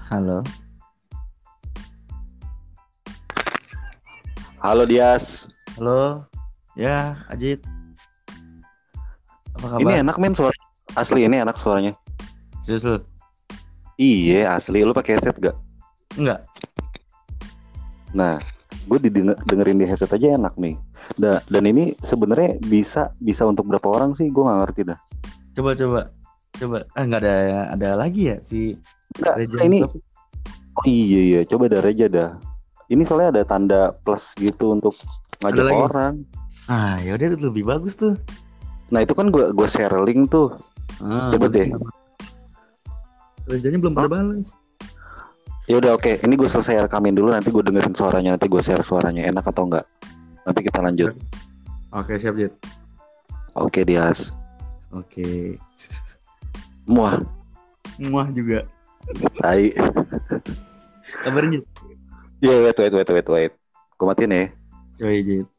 Halo. Halo Dias, Halo. Ya, Ajit. Apa ini kabar? enak men suara asli ini enak suaranya. Serius lu? Iya asli, lu pakai headset gak? Enggak. Nah, gue dengerin di headset aja enak nih. Dan ini sebenarnya bisa bisa untuk berapa orang sih? Gue nggak ngerti dah. Coba coba. Coba. Enggak ada lagi ya si Enggak, Regen ini. Topik. Oh iya iya, coba dari aja dah. Ini soalnya ada tanda plus gitu untuk Ada ngajak lagi. orang. Ya udah itu lebih bagus tuh. Nah itu kan gue share link tuh. Coba Tapi deh. kenapa Regennya belum pada Oh, balas? ya udah oke. Ini gue selesai rekamin dulu. Nanti gue dengerin suaranya. Nanti gue share suaranya enak atau enggak. Nanti kita lanjut. Oke, siap, Jit. Oke Dias. Oke. Muah. Muah juga. Tai. Kabarnya, Jit. Ya, wait. Gue matiin ya. Yoi, Jit.